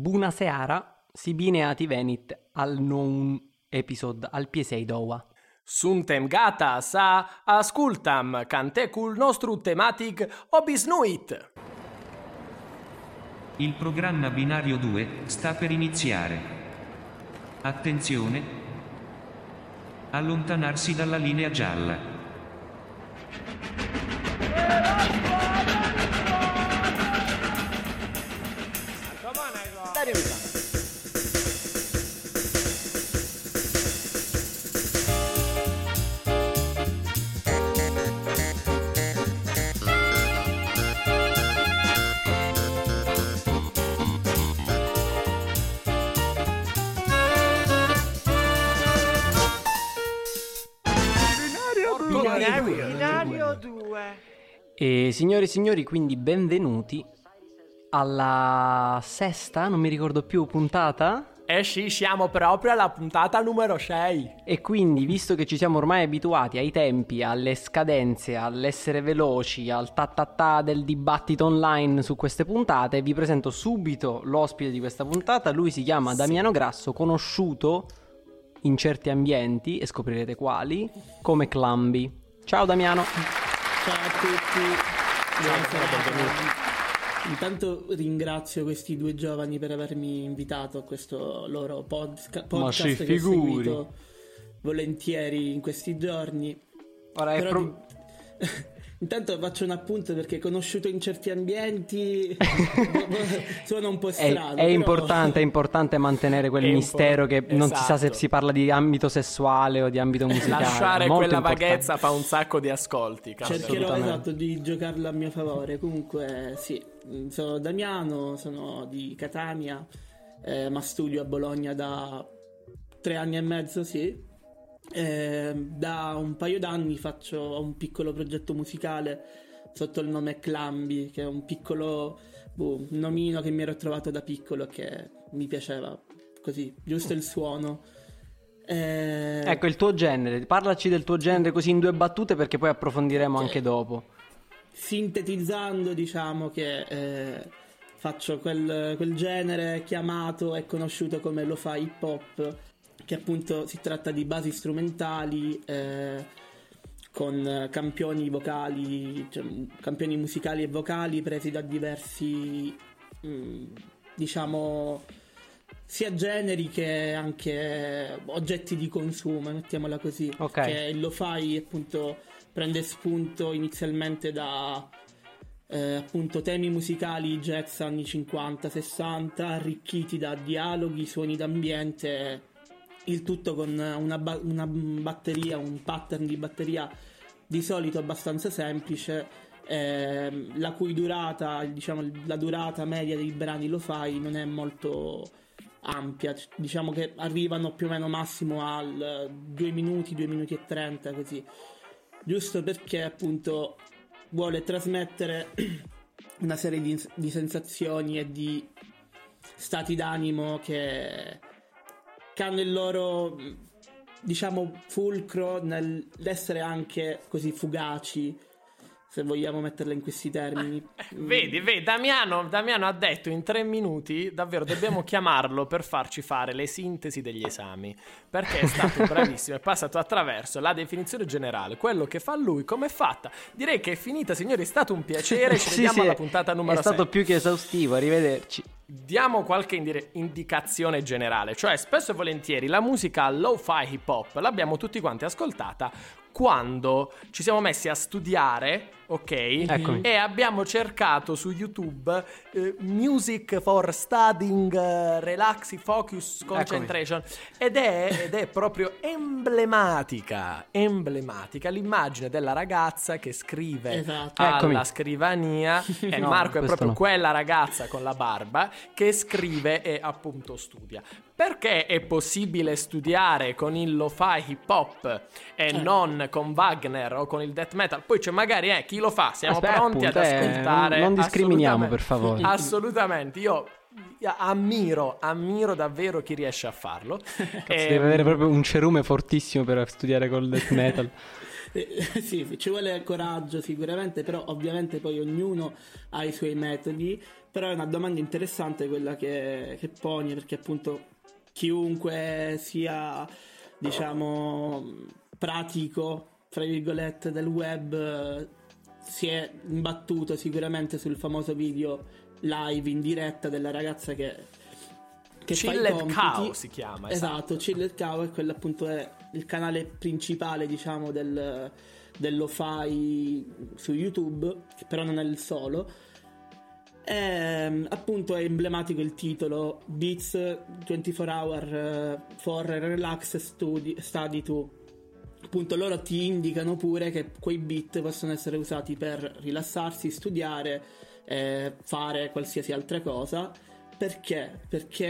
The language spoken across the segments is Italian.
buonasera, si bineati venit al non episod al piesei d'oua. Suntem gata sa ascultam cantecul nostru tematic obisnuit. Il programma binario 2 sta per iniziare. Attenzione. Allontanarsi dalla linea gialla. Binario 2. E signore e signori, quindi benvenuti alla sesta, non mi ricordo più, puntata. Sì, siamo proprio alla puntata numero 6. E quindi, visto che ci siamo ormai abituati ai tempi, alle scadenze, all'essere veloci, al ta del dibattito online su queste puntate, vi presento subito l'ospite di questa puntata. Lui si chiama Damiano Grasso, conosciuto in certi ambienti, e scoprirete quali, come Clamby. Ciao Damiano. Ciao a tutti. Buonasera. Intanto ringrazio questi due giovani per avermi invitato a questo loro podcast che ho seguito volentieri in questi giorni. Ora Intanto faccio un appunto perché conosciuto in certi ambienti suona un po' strano. È importante mantenere quel mistero che non si sa se si parla di ambito sessuale o di ambito musicale. Lasciare molto quella importante. vaghezza fa un sacco di ascolti. Cercherò di giocarla a mio favore. Comunque sì, sono Damiano, sono di Catania, ma studio a Bologna da 3 anni e mezzo, sì. Da un paio d'anni faccio un piccolo progetto musicale sotto il nome Clamby, che è un piccolo nomino che mi ero trovato da piccolo, che mi piaceva così, giusto il suono. Ecco il tuo genere, parlaci del tuo genere così in 2 battute, perché poi approfondiremo anche dopo. Sintetizzando, diciamo che faccio quel genere chiamato e conosciuto come lo-fi hip hop, che appunto si tratta di basi strumentali con campioni vocali, cioè campioni musicali e vocali presi da diversi diciamo sia generi che anche oggetti di consumo, mettiamola così. Okay. Che il lo-fi appunto prende spunto inizialmente da appunto temi musicali jazz anni 50-60 arricchiti da dialoghi, suoni d'ambiente, il tutto con una batteria, un pattern di batteria di solito abbastanza semplice, la cui durata, diciamo la durata media dei brani lo-fi non è molto ampia, diciamo che arrivano più o meno massimo al 2 minuti e 30, così, giusto perché appunto vuole trasmettere una serie di sensazioni e di stati d'animo che hanno il loro, diciamo, fulcro nell'essere anche così fugaci, se vogliamo metterla in questi termini. Vedi, Damiano ha detto in 3 minuti, davvero dobbiamo chiamarlo per farci fare le sintesi degli esami, perché è stato bravissimo, è passato attraverso la definizione generale, quello che fa lui, come è fatta. Direi che è finita, signori, è stato un piacere, ci vediamo alla puntata numero 6. È stato più che esaustivo, arrivederci. Diamo qualche indicazione generale, cioè spesso e volentieri la musica lo-fi hip hop l'abbiamo tutti quanti ascoltata quando ci siamo messi a studiare, ok? Eccomi. E abbiamo cercato su YouTube music for studying, relax, focus, concentration. Ed è proprio emblematica l'immagine della ragazza che scrive alla scrivania. E No, Marco è proprio no. quella ragazza con la barba che scrive e appunto studia. Perché è possibile studiare con il lo-fi hip hop e non con Wagner o con il death metal? Poi c'è magari chi lo fa, siamo pronti ad ascoltare. Non discriminiamo, per favore. Assolutamente, io ammiro davvero chi riesce a farlo. Si deve avere proprio un cerume fortissimo per studiare col death metal. Sì, ci vuole coraggio sicuramente, però ovviamente poi ognuno ha i suoi metodi. Però è una domanda interessante quella che poni, perché appunto chiunque sia, diciamo, pratico, fra virgolette, del web, si è imbattuto sicuramente sul famoso video live in diretta della ragazza che fa i Chilled compiti. Cow si chiama, esatto. Chilled Cow, e quello appunto è il canale principale, diciamo, del lo-fi su YouTube, che però non è il solo. Appunto è emblematico il titolo Beats 24 Hour for Relax Study to. Appunto loro ti indicano pure che quei beat possono essere usati per rilassarsi, studiare, fare qualsiasi altra cosa. Perché? Perché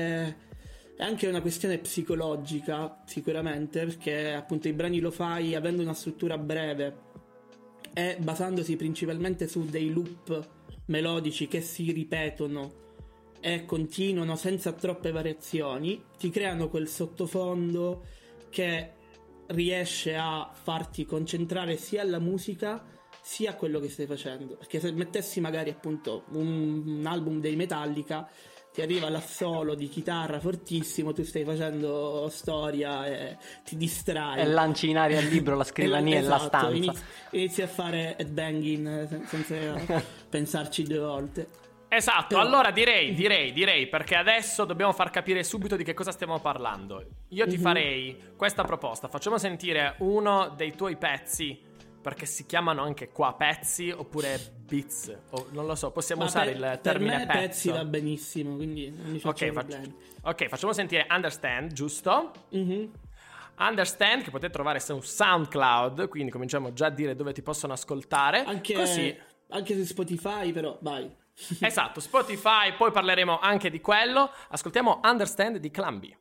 è anche una questione psicologica, sicuramente, perché appunto i brani lo-fi, avendo una struttura breve e basandosi principalmente su dei loop melodici che si ripetono e continuano senza troppe variazioni, ti creano quel sottofondo che riesce a farti concentrare sia alla musica sia a quello che stai facendo. Perché se mettessi magari appunto un album dei Metallica, ti arriva l'assolo di chitarra fortissimo, tu stai facendo storia e ti distrai e lanci in aria il libro, la scrivania e la esatto, stanza. inizi a fare headbanging senza pensarci due volte. Esatto, Però- allora direi, perché adesso dobbiamo far capire subito di che cosa stiamo parlando. Io ti farei questa proposta: facciamo sentire uno dei tuoi pezzi, perché si chiamano anche qua pezzi oppure beats, o non lo so, possiamo Ma usare per- il termine per me pezzi pezzo. va benissimo, quindi non mi faccio Ok, problemi. ok, facciamo sentire Understand, giusto? Mhm. Understand, che potete trovare su SoundCloud, quindi cominciamo già a dire dove ti possono ascoltare. Così. Anche su Spotify, però vai. Esatto, Spotify, poi parleremo anche di quello. Ascoltiamo Understand di Clumby.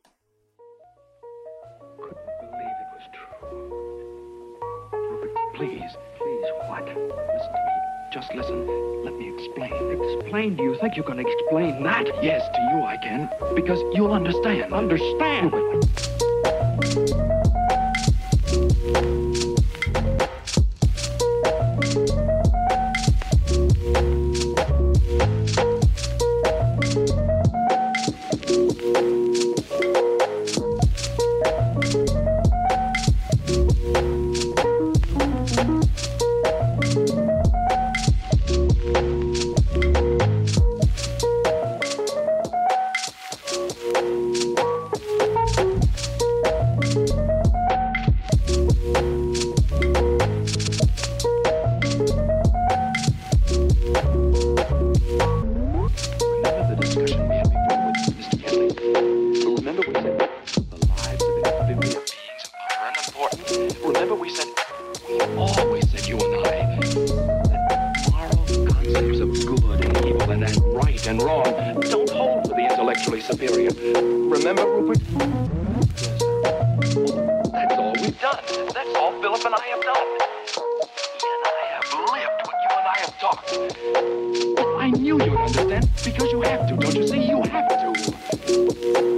Believe it was true. Rupert, please, what? Listen to me. Just listen. Let me explain. Explain? Do you think you can explain that? Yes, to you I can. Because you'll understand. Understand? Remember the discussion we had before with Mr. Kelly? Remember we said the lives of infinity beings are unimportant? Remember we always said, you and I, that moral concepts of good and evil and that right and wrong don't hold for the intellectually superior. Remember, Rupert? Yes, sir. Well, that's all we've done. That's all Philip and I have done. He and I have lived what you and I have talked. I knew you'd understand because you have to, don't you see? You have to.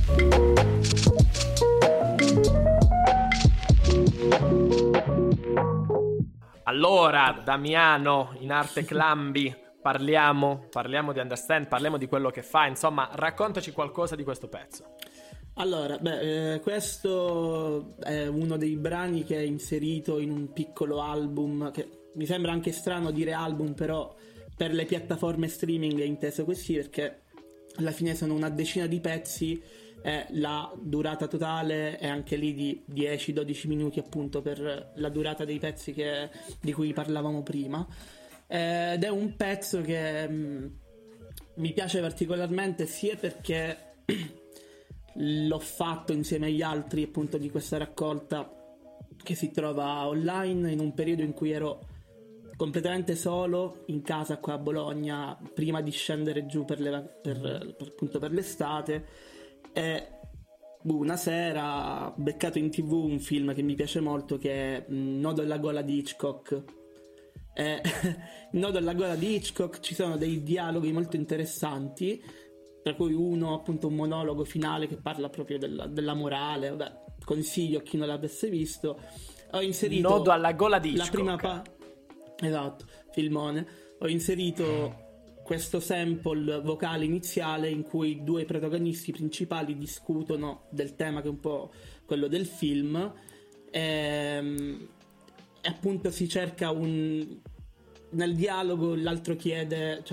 Allora, Damiano, in arte Clumby, parliamo di Understand, parliamo di quello che fa, insomma, raccontaci qualcosa di questo pezzo. Allora, questo è uno dei brani che è inserito in un piccolo album, che mi sembra anche strano dire album, però per le piattaforme streaming è inteso così, perché alla fine sono una decina di pezzi e la durata totale è anche lì di 10-12 minuti, appunto, per la durata dei pezzi di cui parlavamo prima. Ed è un pezzo che mi piace particolarmente, sia perché l'ho fatto insieme agli altri, appunto, di questa raccolta che si trova online, in un periodo in cui ero completamente solo in casa qua a Bologna, prima di scendere giù appunto per l'estate. E una sera ho beccato in TV un film che mi piace molto, che è Nodo alla gola di Hitchcock. In Nodo alla gola di Hitchcock ci sono dei dialoghi molto interessanti, tra cui uno, appunto, un monologo finale che parla proprio della morale. Vabbè, consiglio a chi non l'avesse visto. ho inserito Nodo alla gola di la Hitchcock. prima esatto, filmone. Ho inserito questo sample vocale iniziale in cui due protagonisti principali discutono del tema che è un po' quello del film, e appunto si cerca nel dialogo l'altro chiede,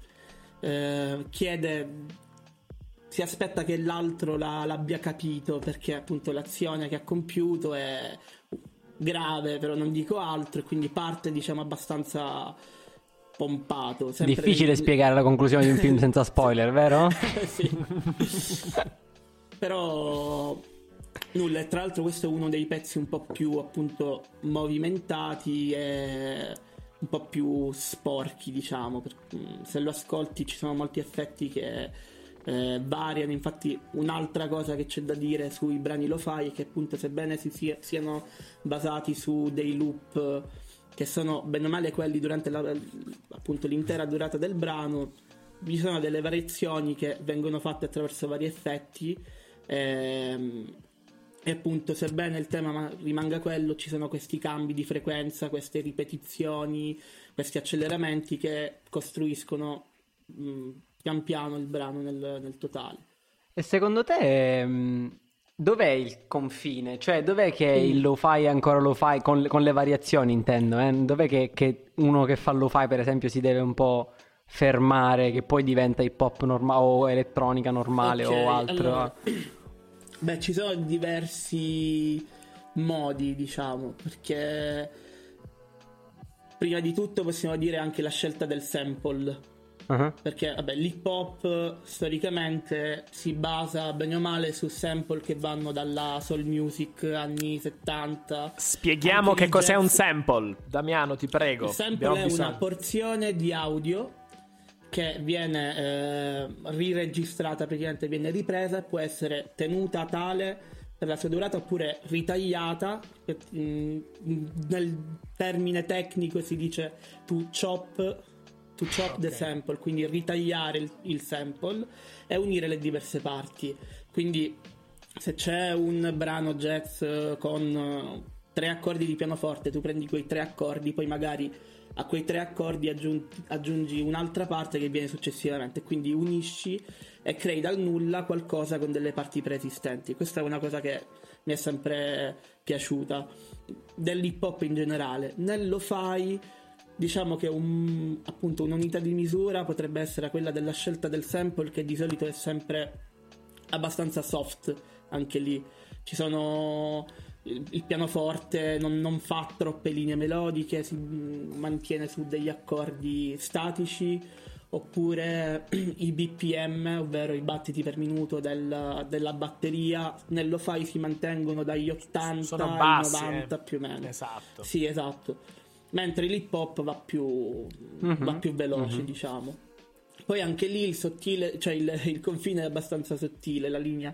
si aspetta che l'altro l'abbia capito, perché appunto l'azione che ha compiuto è grave, però non dico altro, e quindi parte diciamo abbastanza pompato. Difficile spiegare la conclusione di un film senza spoiler, vero? Sì. Però nulla, e tra l'altro questo è uno dei pezzi un po' più appunto movimentati e un po' più sporchi, diciamo, se lo ascolti ci sono molti effetti che variano. Infatti un'altra cosa che c'è da dire sui brani lo-fi è che appunto sebbene siano basati su dei loop che sono bene o male quelli durante appunto l'intera durata del brano, vi sono delle variazioni che vengono fatte attraverso vari effetti, e appunto sebbene il tema rimanga quello, ci sono questi cambi di frequenza, queste ripetizioni, questi acceleramenti che costruiscono pian piano il brano nel totale. E secondo te dov'è il confine? Cioè dov'è che il lo-fi è ancora lo-fi, con le variazioni intendo, Dov'è che uno che fa lo-fi per esempio si deve un po' fermare, che poi diventa hip hop normale o elettronica normale, Okay, o altro? allora, beh, ci sono diversi modi, diciamo, perché prima di tutto possiamo dire anche la scelta del sample. Uh-huh. Perché vabbè, l'hip hop storicamente si basa bene o male su sample che vanno dalla soul music anni 70. Spieghiamo Anche che il cos'è un jazz. Sample. Damiano, ti prego. Il sample Abbiamo è bisogno. una porzione di audio che viene riregistrata, praticamente viene ripresa e può essere tenuta tale per la sua durata oppure ritagliata. Nel termine tecnico si dice to chop the sample, quindi ritagliare il sample e unire le diverse parti. Quindi se c'è un brano jazz con 3 accordi di pianoforte, tu prendi quei 3 accordi, poi magari a quei 3 accordi aggiungi un'altra parte che viene successivamente, quindi unisci e crei dal nulla qualcosa con delle parti preesistenti. Questa è una cosa che mi è sempre piaciuta dell'hip hop in generale. Nel lo-fi diciamo che appunto un'unità di misura potrebbe essere quella della scelta del sample, che di solito è sempre abbastanza soft. Anche lì ci sono il pianoforte non fa troppe linee melodiche, si mantiene su degli accordi statici, oppure i BPM, ovvero i battiti per minuto della batteria, nel lo-fi si mantengono dagli 80 Sono ai bassi, 90 più o meno. Esatto. Sì, esatto. Mentre l'hip hop va più veloce, diciamo. Poi anche lì il sottile, cioè il confine è abbastanza sottile, la linea.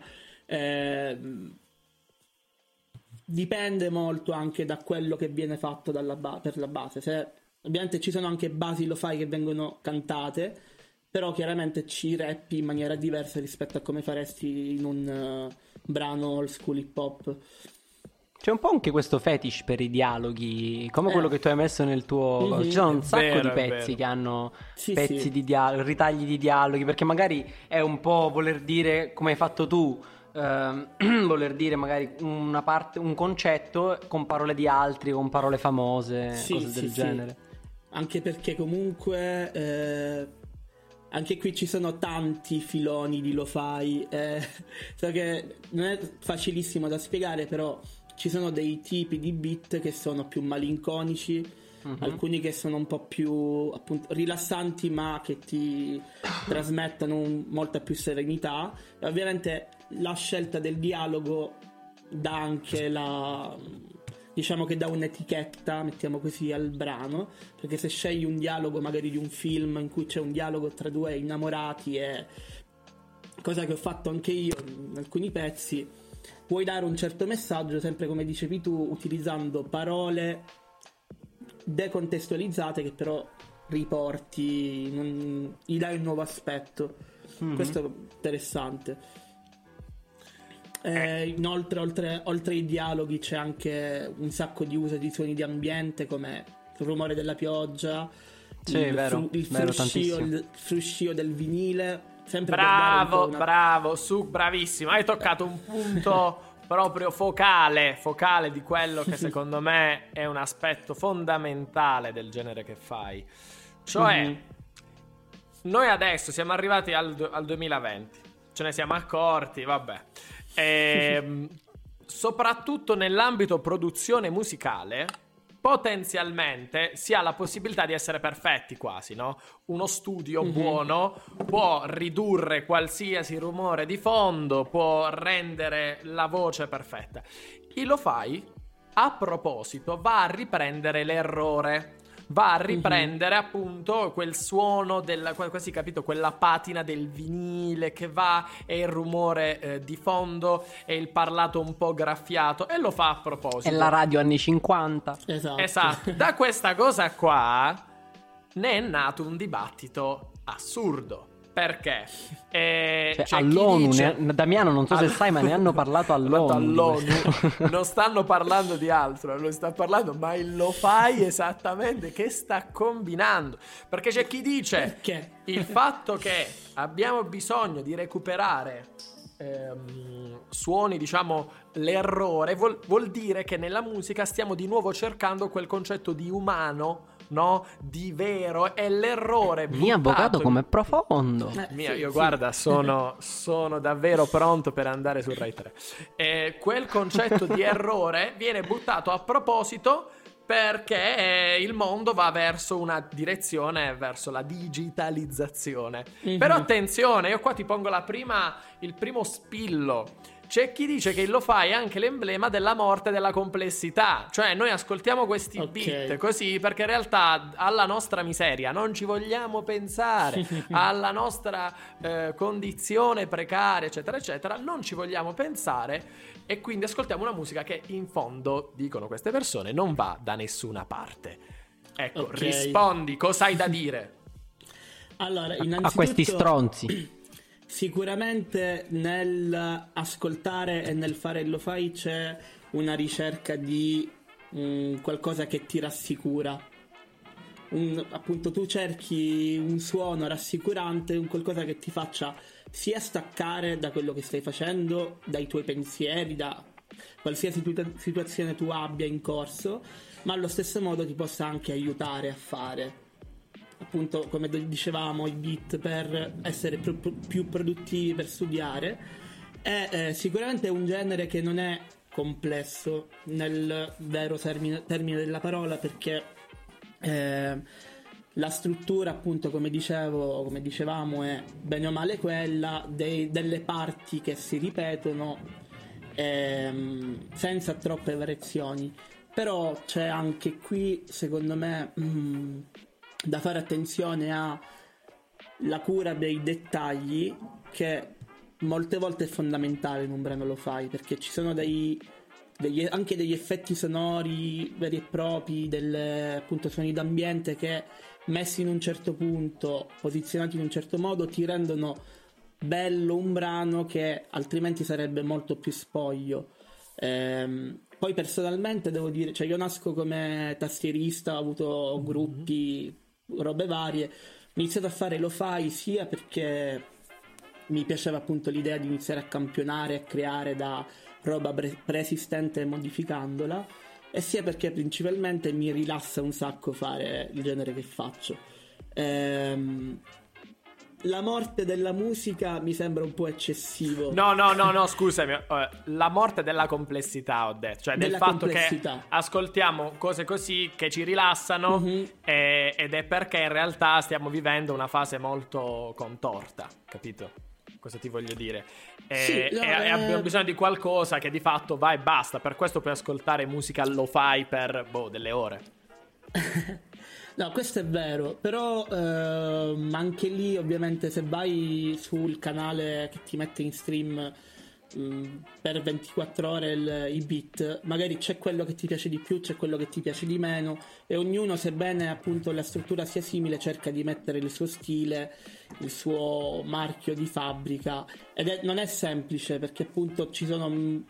Dipende molto anche da quello che viene fatto per la base. Ovviamente ci sono anche basi lo-fi che vengono cantate, però chiaramente ci rappi in maniera diversa rispetto a come faresti in un brano old school hip hop. C'è un po' anche questo fetish per i dialoghi, come quello che tu hai messo nel tuo... Ci sono un sacco vero, di è pezzi vero. che hanno Sì, pezzi sì. di dialoghi, ritagli di dialoghi, perché magari è un po' voler dire, come hai fatto tu, voler dire magari una parte, un concetto con parole di altri, con parole famose, Sì, cose sì, del sì. genere. Anche perché comunque anche qui ci sono tanti filoni di lo-fi, so che non è facilissimo da spiegare, però ci sono dei tipi di beat che sono più malinconici, alcuni che sono un po' più appunto rilassanti ma che ti trasmettono molta più serenità, e ovviamente la scelta del dialogo dà anche diciamo che dà un'etichetta, mettiamo così, al brano, perché se scegli un dialogo magari di un film in cui c'è un dialogo tra due innamorati, e cosa che ho fatto anche io in alcuni pezzi, puoi dare un certo messaggio, sempre come dicevi tu, utilizzando parole decontestualizzate che però riporti, gli dai un nuovo aspetto. Questo è interessante. Inoltre, oltre ai dialoghi, c'è anche un sacco di uso di suoni di ambiente come il rumore della pioggia, Sì, vero, tantissimo. il fruscio del vinile. Sempre per dare un po' bravissimo. Hai toccato un punto proprio focale di quello che secondo me è un aspetto fondamentale del genere che fai. Cioè, noi adesso siamo arrivati al 2020, ce ne siamo accorti, vabbè. Soprattutto nell'ambito produzione musicale, potenzialmente si ha la possibilità di essere perfetti quasi, no? Uno studio buono può ridurre qualsiasi rumore di fondo, può rendere la voce perfetta. Il lo-fi, a proposito, va a riprendere l'errore, va a riprendere appunto quel suono quasi capito, quella patina del vinile che va, e il rumore di fondo e il parlato un po' graffiato, e lo fa a proposito. È la radio anni 50. Esatto. Da questa cosa qua ne è nato un dibattito assurdo. Perché? All'ONU, Damiano, non so se sai, ma ne hanno parlato all'ONU. Non stanno parlando di altro, lo sta parlando, ma il lo-fi esattamente che sta combinando. Perché c'è chi dice che il fatto che abbiamo bisogno di recuperare suoni, diciamo, l'errore vuol dire che nella musica stiamo di nuovo cercando quel concetto di umano, no? Di vero, è l'errore. Mio avvocato come profondo. Guarda, sono davvero pronto per andare sul Rai 3. Quel concetto di errore viene buttato a proposito perché il mondo va verso una direzione, verso la digitalizzazione. Però attenzione, io qua ti pongo il primo spillo. C'è chi dice che il lo-fi è anche l'emblema della morte della complessità. Cioè noi ascoltiamo questi beat così perché in realtà alla nostra miseria non ci vogliamo pensare, alla nostra condizione precaria eccetera eccetera non ci vogliamo pensare, e quindi ascoltiamo una musica che in fondo, dicono queste persone, non va da nessuna parte. Ecco, rispondi, cosa hai da dire? Allora, a questi stronzi. Sicuramente nel ascoltare e nel fare il lo-fi c'è una ricerca di qualcosa che ti rassicura. Appunto, tu cerchi un suono rassicurante, un qualcosa che ti faccia sia staccare da quello che stai facendo, dai tuoi pensieri, da qualsiasi situazione tu abbia in corso, ma allo stesso modo ti possa anche aiutare a fare, appunto, come dicevamo, i beat per essere più produttivi, per studiare. È sicuramente un genere che non è complesso nel vero termine della parola, perché la struttura, appunto, come dicevamo, è bene o male quella delle parti che si ripetono senza troppe variazioni. Però c'è anche qui, secondo me, da fare attenzione alla cura dei dettagli, che molte volte è fondamentale in un brano lo-fi, perché ci sono anche degli effetti sonori veri e propri, appunto suoni d'ambiente che messi in un certo punto, posizionati in un certo modo, ti rendono bello un brano che altrimenti sarebbe molto più spoglio. Poi personalmente devo dire, cioè io nasco come tastierista, ho avuto gruppi, robe varie, ho iniziato a fare lo-fi sia perché mi piaceva appunto l'idea di iniziare a campionare, a creare da roba preesistente modificandola, e sia perché principalmente mi rilassa un sacco fare il genere che faccio. La morte della musica mi sembra un po' eccessivo. No, scusami. La morte della complessità, ho detto. Cioè del fatto che ascoltiamo cose così che ci rilassano, ed è perché in realtà stiamo vivendo una fase molto contorta, capito? Cosa ti voglio dire? Abbiamo bisogno di qualcosa che di fatto va e basta. Per questo puoi ascoltare musica lo-fi per delle ore. No, questo è vero, però anche lì ovviamente se vai sul canale che ti mette in stream per 24 ore i beat, magari c'è quello che ti piace di più, c'è quello che ti piace di meno, e ognuno, sebbene appunto la struttura sia simile, cerca di mettere il suo stile, il suo marchio di fabbrica, non è semplice, perché appunto ci sono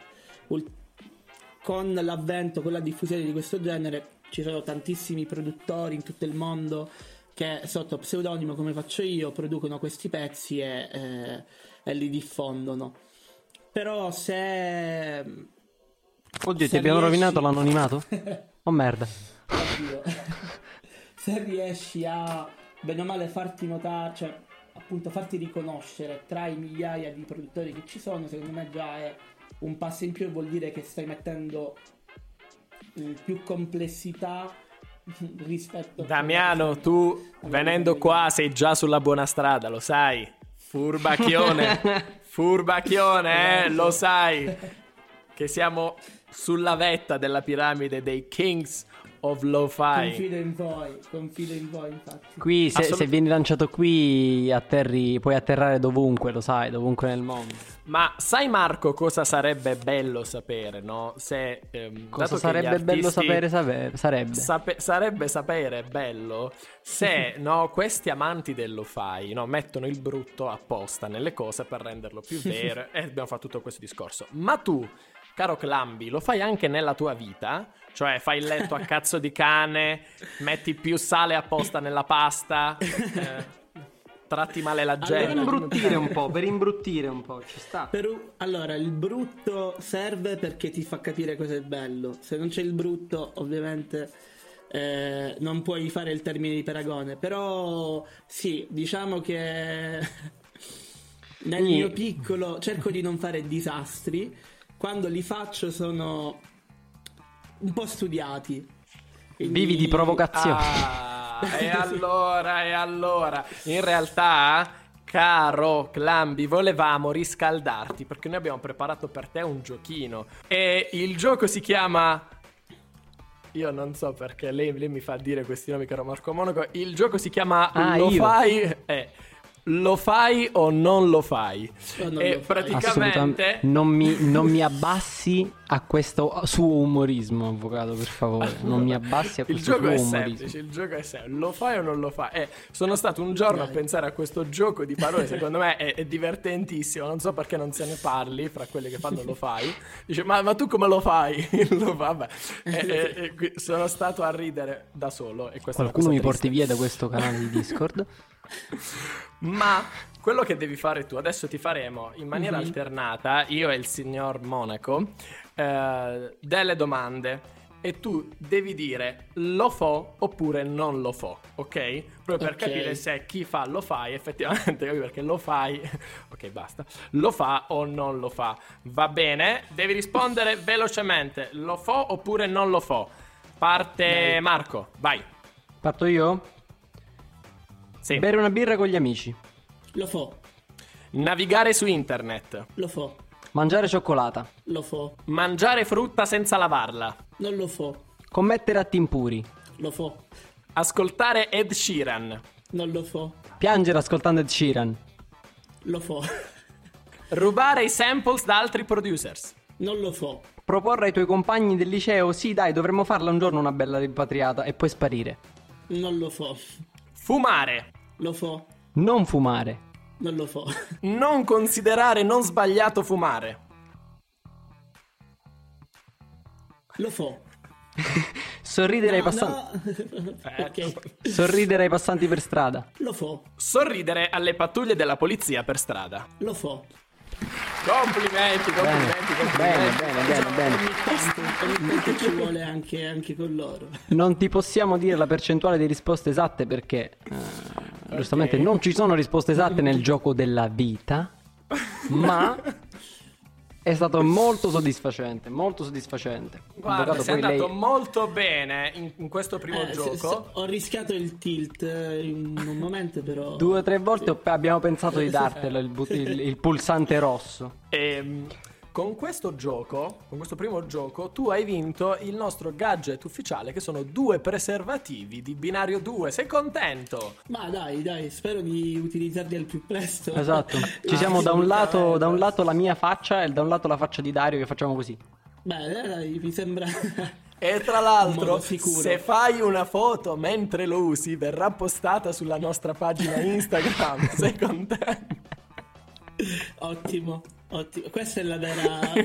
con l'avvento, con la diffusione di questo genere, ci sono tantissimi produttori in tutto il mondo che sotto pseudonimo, come faccio io, producono questi pezzi e li diffondono. Però se... Oddio, ti abbiamo rovinato l'anonimato? Oh merda. Oddio. Se riesci a, bene o male, farti notare, cioè appunto farti riconoscere tra i migliaia di produttori che ci sono, secondo me già è un passo in più, e vuol dire che stai mettendo più complessità rispetto Damiano, tu venendo qua sei già sulla buona strada, lo sai. Furbacchione, lo sai che siamo sulla vetta della piramide dei Kings of Lo-Fi. Confido in voi, infatti. Qui se vieni lanciato qui puoi atterrare dovunque, lo sai, dovunque nel mondo. Ma sai, Marco, cosa sarebbe bello sapere, no? Se cosa sarebbe bello sapere? Sarebbe sapere bello se no, questi amanti del lo-fi, no, mettono il brutto apposta nelle cose per renderlo più vero. E abbiamo fatto tutto questo discorso. Ma tu, caro Clambi, lo fai anche nella tua vita? Cioè fai il letto a cazzo di cane, metti più sale apposta nella pasta, tratti male la gente. Per imbruttire un po', ci sta. Allora, il brutto serve perché ti fa capire cosa è bello. Se non c'è il brutto, ovviamente non puoi fare il termine di paragone. Però sì, diciamo che nel mio piccolo cerco di non fare disastri. Quando li faccio sono un po' studiati. Quindi... Vivi di provocazione. E allora, in realtà, caro Clambi, volevamo riscaldarti perché noi abbiamo preparato per te un giochino. E il gioco si chiama... Io non so perché lei mi fa dire questi nomi, caro Marco Monaco. Il gioco si chiama Lo fai... Lo fai o non lo fai? E praticamente non mi abbassi a questo suo umorismo, avvocato, per favore. Non mi abbassi a questo suo umorismo. Il gioco è semplice, lo fai o non lo fai? Sono stato un giorno a pensare a questo gioco di parole, secondo me è divertentissimo. Non so perché non se ne parli fra quelli che fanno lo fai. Dice, ma tu come lo fai? Vabbè. Sono stato a ridere da solo. E qualcuno mi porti via da questo canale di Discord. Ma quello che devi fare tu, adesso ti faremo in maniera alternata, io e il signor Monaco, delle domande, e tu devi dire lo fo oppure non lo fo, ok? Proprio per capire se chi fa lo fai effettivamente, perché lo fai, ok, basta, lo fa o non lo fa. Va bene? Devi rispondere velocemente, lo fo oppure non lo fo. Parte Marco, vai. Parto io? Sì. Bere una birra con gli amici. Lo fo. Navigare su internet. Lo fo. Mangiare cioccolata. Lo fo. Mangiare frutta senza lavarla. Non lo fo. Commettere atti impuri. Lo fo. Ascoltare Ed Sheeran. Non lo fo. Piangere ascoltando Ed Sheeran. Lo fo. Rubare i samples da altri producers. Non lo fo. Proporre ai tuoi compagni del liceo, sì dai, dovremmo farla un giorno una bella rimpatriata, e poi sparire. Non lo fo. Fumare. Lo fo. Non fumare. Non lo fo. Non considerare non sbagliato fumare. Lo fo. Sorridere ai passanti. No. Ok. Sorridere ai passanti per strada. Lo fo. Sorridere alle pattuglie della polizia per strada. Lo fo. Complimenti. Bene. Ogni tanto ci vuole anche con loro. Non ti possiamo dire la percentuale di risposte esatte perché giustamente non ci sono risposte esatte nel gioco della vita, ma è stato molto soddisfacente. Guarda, sei andato molto bene in questo primo gioco. Ho rischiato il tilt in un momento, però 2 o 3 volte abbiamo pensato di dartelo il pulsante rosso. con questo gioco, con questo primo gioco, tu hai vinto il nostro gadget ufficiale, che sono 2 preservativi di binario 2. Sei contento? Ma dai, spero di utilizzarli al più presto. Esatto. Ci siamo da un lato la mia faccia e da un lato la faccia di Dario, che facciamo così. Beh, dai, mi sembra... E tra l'altro, modo sicuro. se fai una foto mentre lo usi, verrà postata sulla nostra pagina Instagram. Sei contento? Ottimo. Questa è la vera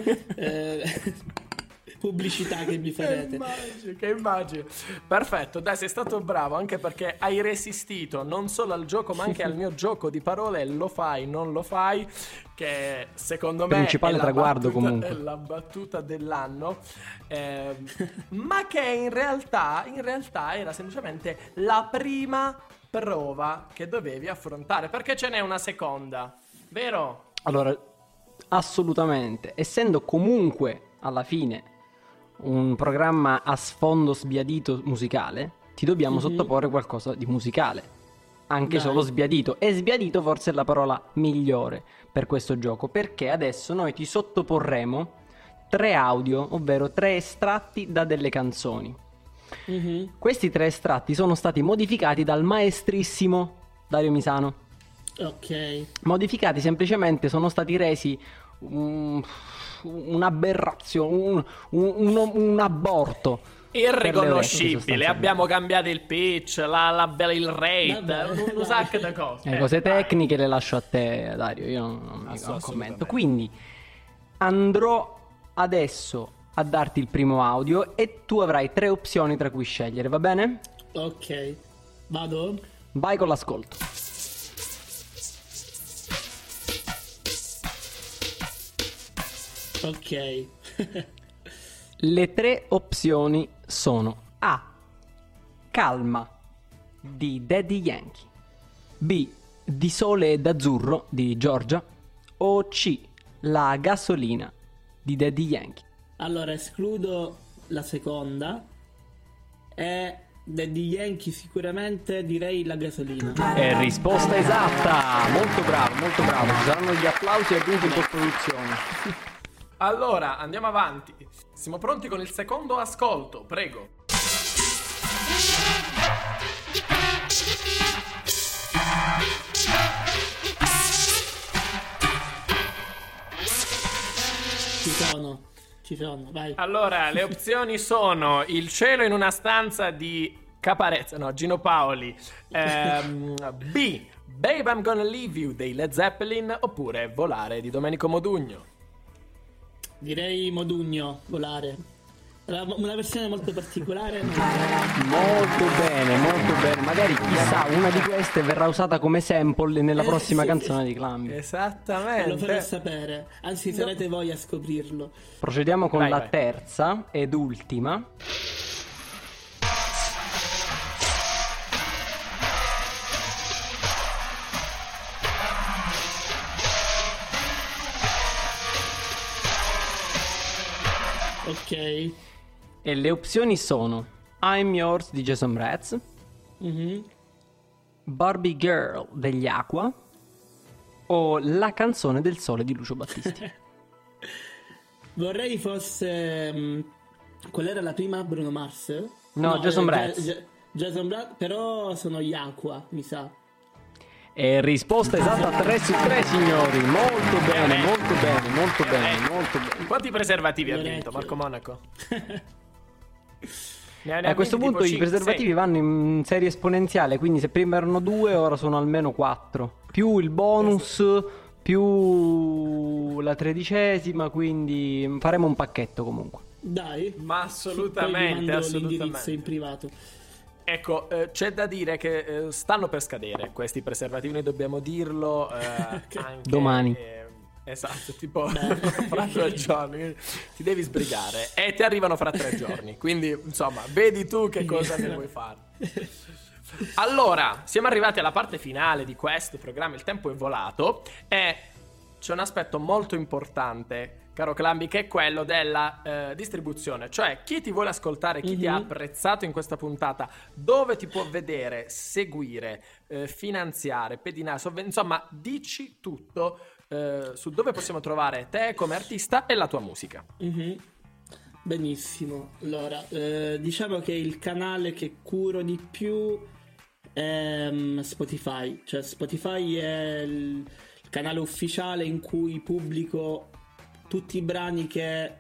pubblicità che mi farete. Che immagine. Perfetto, dai, sei stato bravo, anche perché hai resistito non solo al gioco ma anche al mio gioco di parole. Lo fai, non lo fai, che secondo me principale è traguardo comunque. è la battuta dell'anno, ma che in realtà era semplicemente la prima prova che dovevi affrontare, perché ce n'è una seconda, vero? Allora, assolutamente. Essendo comunque alla fine un programma a sfondo sbiadito musicale, ti dobbiamo sottoporre qualcosa di musicale, anche Dai. solo sbiadito. E sbiadito forse è la parola migliore per questo gioco, perché adesso noi ti sottoporremo 3 audio, ovvero 3 estratti da delle canzoni. Questi 3 estratti sono stati modificati dal maestrissimo Dario Misano. Ok. Modificati semplicemente, sono stati resi un'aberrazione, un aborto Irriconoscibile. Abbiamo cambiato il pitch, il rate, Vabbè, un sacco di cose. Le cose tecniche le lascio a te, Dario, io non Assolutamente. commento. Quindi andrò adesso a darti il primo audio e tu avrai 3 opzioni tra cui scegliere, va bene? Ok. Vado? Vai con l'ascolto. Ok. Le 3 opzioni sono A. Calma di Daddy Yankee, B. Di sole ed azzurro di Giorgia, o C. La gasolina di Daddy Yankee. Allora, escludo la seconda. E Daddy Yankee sicuramente direi la gasolina. È risposta esatta, molto bravo, molto bravo. Ci saranno gli applausi aggiunti in post-produzione. Allora, andiamo avanti. Siamo pronti con il secondo ascolto, prego. Ci sono, vai. Allora, le opzioni sono Il cielo in una stanza di Caparezza, no, Gino Paoli, B. Babe I'm Gonna Leave You dei Led Zeppelin, oppure Volare di Domenico Modugno. Direi Modugno, Volare. Una versione molto particolare. Ma... Molto bene, molto bene. Magari chissà, una di queste verrà usata come sample nella prossima canzone di Clammy. Esattamente. Lo farò sapere. Anzi, sarete voi a scoprirlo. Procediamo con la vai. terza ed ultima. Ok. E le opzioni sono I'm Yours di Jason Mraz, Barbie Girl degli Aqua o La canzone del sole di Lucio Battisti. Vorrei fosse... qual era la prima? Bruno Mars? No, Jason Mraz. Jason Mraz, però sono gli Aqua, mi sa. E risposta esatta 3 su 3, signori. Molto bene, molto bene, molto bene, molto bene. Quanti preservativi ha Orecchio. vinto Marco Monaco? A questo punto i preservativi vanno in serie esponenziale, quindi se prima erano 2, ora sono almeno 4. Più il bonus, più la 13ª, quindi faremo un pacchetto comunque. Dai. Ma assolutamente, Poi vi mando assolutamente. l'indirizzo in privato. Ecco, c'è da dire che stanno per scadere questi preservativi, noi dobbiamo dirlo anche Domani. Esatto, tipo fra 2 giorni ti devi sbrigare e ti arrivano fra 3 giorni, quindi insomma vedi tu che cosa ne vuoi fare. Allora, siamo arrivati alla parte finale di questo programma, il tempo è volato e c'è un aspetto molto importante, caro Clamby, che è quello della distribuzione. Cioè, chi ti vuole ascoltare, chi ti ha apprezzato in questa puntata, dove ti può vedere, seguire, finanziare, pedinare, insomma, dici tutto su dove possiamo trovare te come artista e la tua musica. Mhm. Benissimo. Allora, diciamo che il canale che curo di più è Spotify. Cioè, Spotify è il canale ufficiale in cui pubblico tutti i brani che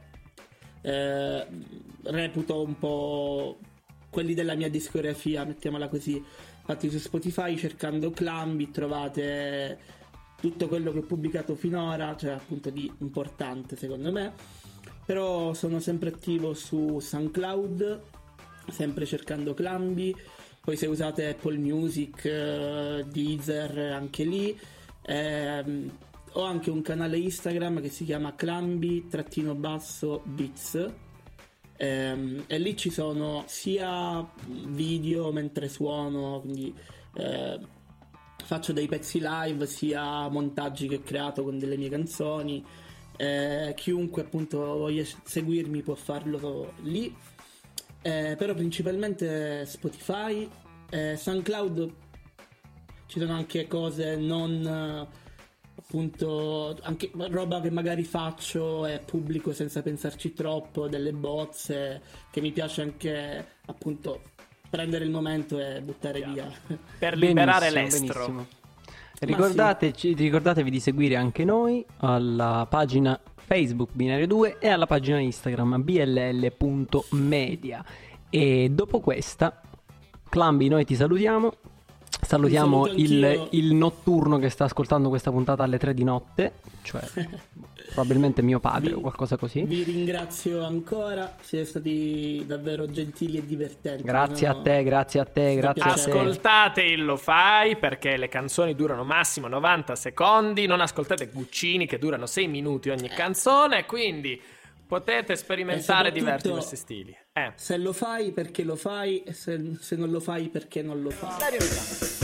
reputo un po' quelli della mia discografia, mettiamola così. Infatti su Spotify, cercando Clambi, trovate tutto quello che ho pubblicato finora, cioè appunto di importante secondo me. Però sono sempre attivo su SoundCloud, sempre cercando Clambi. Poi se usate Apple Music, Deezer, anche lì. Ho anche un canale Instagram che si chiama Clambi_Beats. E lì ci sono sia video mentre suono, quindi faccio dei pezzi live, sia montaggi che ho creato con delle mie canzoni. Chiunque appunto voglia seguirmi può farlo lì, però principalmente Spotify, SoundCloud. Ci sono anche cose non appunto, anche roba che magari faccio e pubblico senza pensarci troppo, delle bozze che mi piace anche appunto prendere il momento e buttare via Per liberare Benissimo, l'estro. benissimo. Ricordatevi di seguire anche noi alla pagina Facebook Binario 2 e alla pagina Instagram bll.media. E dopo questa, Clambi, noi ti salutiamo. Salutiamo Ti saluto anch'io. il notturno che sta ascoltando questa puntata alle 3 di notte, cioè probabilmente mio padre o qualcosa così. Vi ringrazio ancora, siete stati davvero gentili e divertenti. Grazie a No? te, grazie a te, grazie a te. Ascoltate il Lo Fai, perché le canzoni durano massimo 90 secondi. Non ascoltate Guccini che durano 6 minuti ogni canzone. Quindi potete sperimentare soprattutto, diversi stili. Se lo fai perché lo fai, e se non lo fai perché non lo fai. Dario Vitale.